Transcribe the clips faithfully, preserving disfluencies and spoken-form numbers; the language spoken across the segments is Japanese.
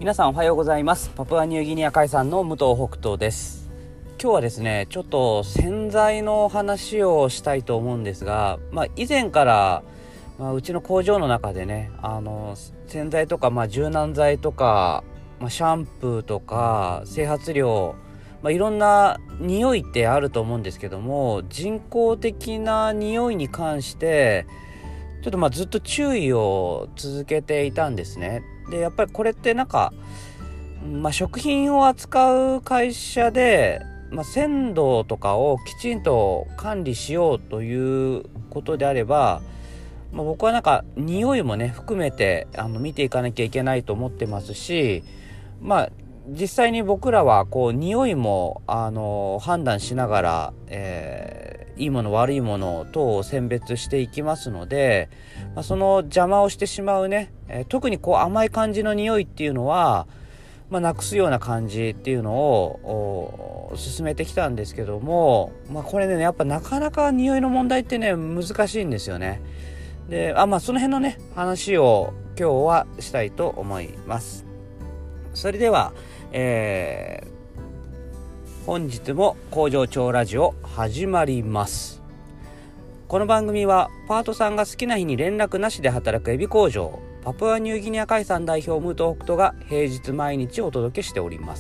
皆さんおはようございます。パプアニューギニア海産の武藤北斗です。今日はですねちょっと洗剤の話をしたいと思うんですが、まあ、以前から、まあ、うちの工場の中でねあの洗剤とか、まあ、柔軟剤とか、まあ、シャンプーとか整髪料、まあ、いろんな匂いってあると思うんですけども、人工的な匂いに関してちょっとまあずっと注意を続けていたんですね。でやっぱりこれってなんか、まあ、食品を扱う会社で、まあ、鮮度とかをきちんと管理しようということであれば、まあ、僕はなんか匂いもね含めてあの見ていかなきゃいけないと思ってますし、まあ実際に僕らはこう匂いもあの判断しながら、えー、いいもの悪いもの等を選別していきますので、まあ、その邪魔をしてしまうね、えー、特にこう甘い感じの匂いっていうのは、まあ、なくすような感じっていうのを進めてきたんですけども、まあ、これねやっぱなかなか匂いの問題ってね難しいんですよね。であ、まあ、その辺のね話を今日はしたいと思います。それでは、えー、本日も工場長ラジオ始まります。この番組はパートさんが好きな日に連絡なしで働くエビ工場パプアニューギニア海産代表武藤北斗が平日毎日お届けしております。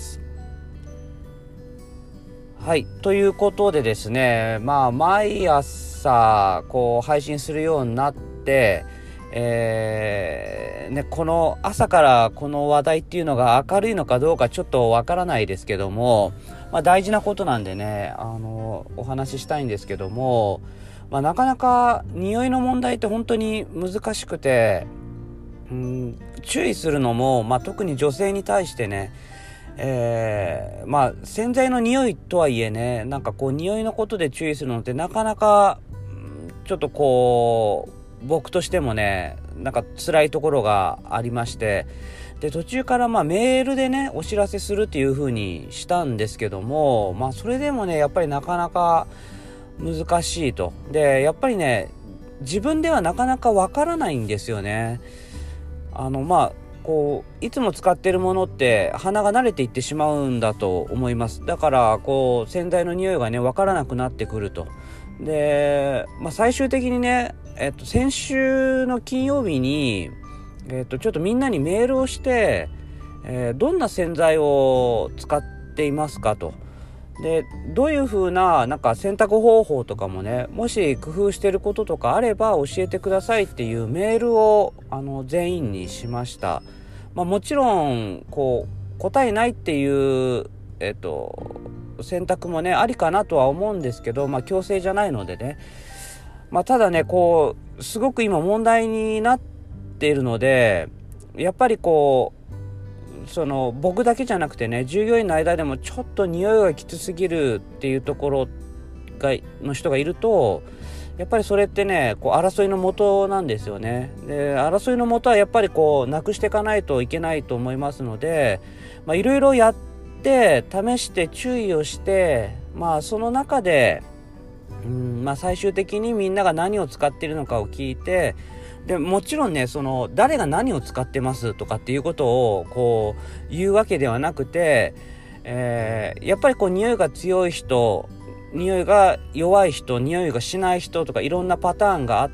はい、ということでですね、まあ毎朝こう配信するようになってえーね、この朝からこの話題っていうのが明るいのかどうかちょっとわからないですけども、まあ、大事なことなんでねあのお話ししたいんですけども、まあ、なかなか匂いの問題って本当に難しくて、うん、注意するのも、まあ、特に女性に対してねえー、まあ洗剤の匂いとはいえねなんかこう匂いのことで注意するのってなかなかちょっとこう僕としてもねなんか辛いところがありまして、で途中からまあメールでねお知らせするっていう風にしたんですけども、まあそれでもねやっぱりなかなか難しいと。でやっぱりね自分ではなかなかわからないんですよね。あのまあこういつも使ってるものって鼻が慣れていってしまうんだと思います。だからこう洗剤の匂いがねわからなくなってくると。で、まあ、最終的にね、えっと、先週の金曜日に、えっと、ちょっとみんなにメールをして、えー、どんな洗剤を使っていますかと。でどういう風ななんか洗濯方法とかもねもし工夫してることとかあれば教えてくださいっていうメールをあの全員にしました。まあ、もちろんこう答えないっていうえっと選択もねありかなとは思うんですけど、まあ強制じゃないのでね、まあ、ただねこうすごく今問題になっているのでやっぱりこうその僕だけじゃなくてね従業員の間でもちょっと匂いがきつすぎるっていうところがの人がいるとやっぱりそれってねこう争いの元なんですよね。で争いの元はやっぱりこうなくしていかないといけないと思いますので、まあいろいろやって試して注意をしてまあその中でうんまあ最終的にみんなが何を使っているのかを聞いて、でもちろんねその誰が何を使ってますとかっていうことをこう言うわけではなくて、えー、やっぱりこう匂いが強い人匂いが弱い人匂いがしない人とかいろんなパターンがあって、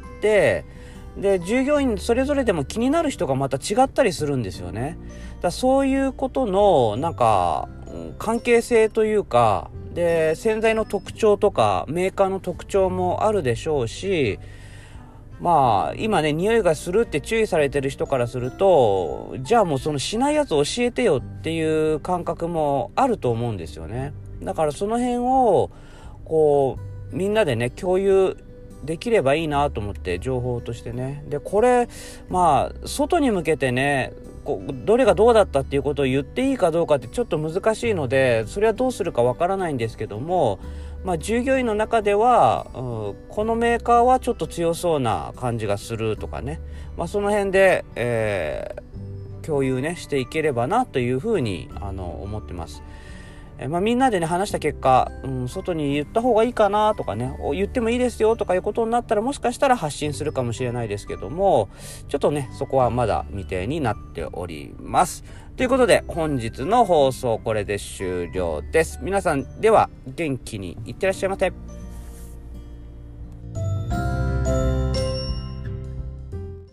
で従業員それぞれでも気になる人がまた違ったりするんですよね。だそういうことのなんか関係性というかで洗剤の特徴とかメーカーの特徴もあるでしょうし、まあ今ね匂いがするって注意されてる人からするとじゃあもうそのしないやつ教えてよっていう感覚もあると思うんですよね。だからその辺をこうみんなでね共有できればいいなと思って情報としてね。でこれまあ外に向けてねこうどれがどうだったっていうことを言っていいかどうかってちょっと難しいのでそれはどうするかわからないんですけども、まあ、従業員の中では、うん、このメーカーはちょっと強そうな感じがするとかね、まあ、その辺で、えー、共有ねしていければなというふうにあの思ってます。えまあ、みんなでね話した結果、うん、外に言った方がいいかなとかね言ってもいいですよとかいうことになったらもしかしたら発信するかもしれないですけども、ちょっとねそこはまだ未定になっております。 ということで、本日の放送これで終了です。皆さん、では元気にいってらっしゃいませ。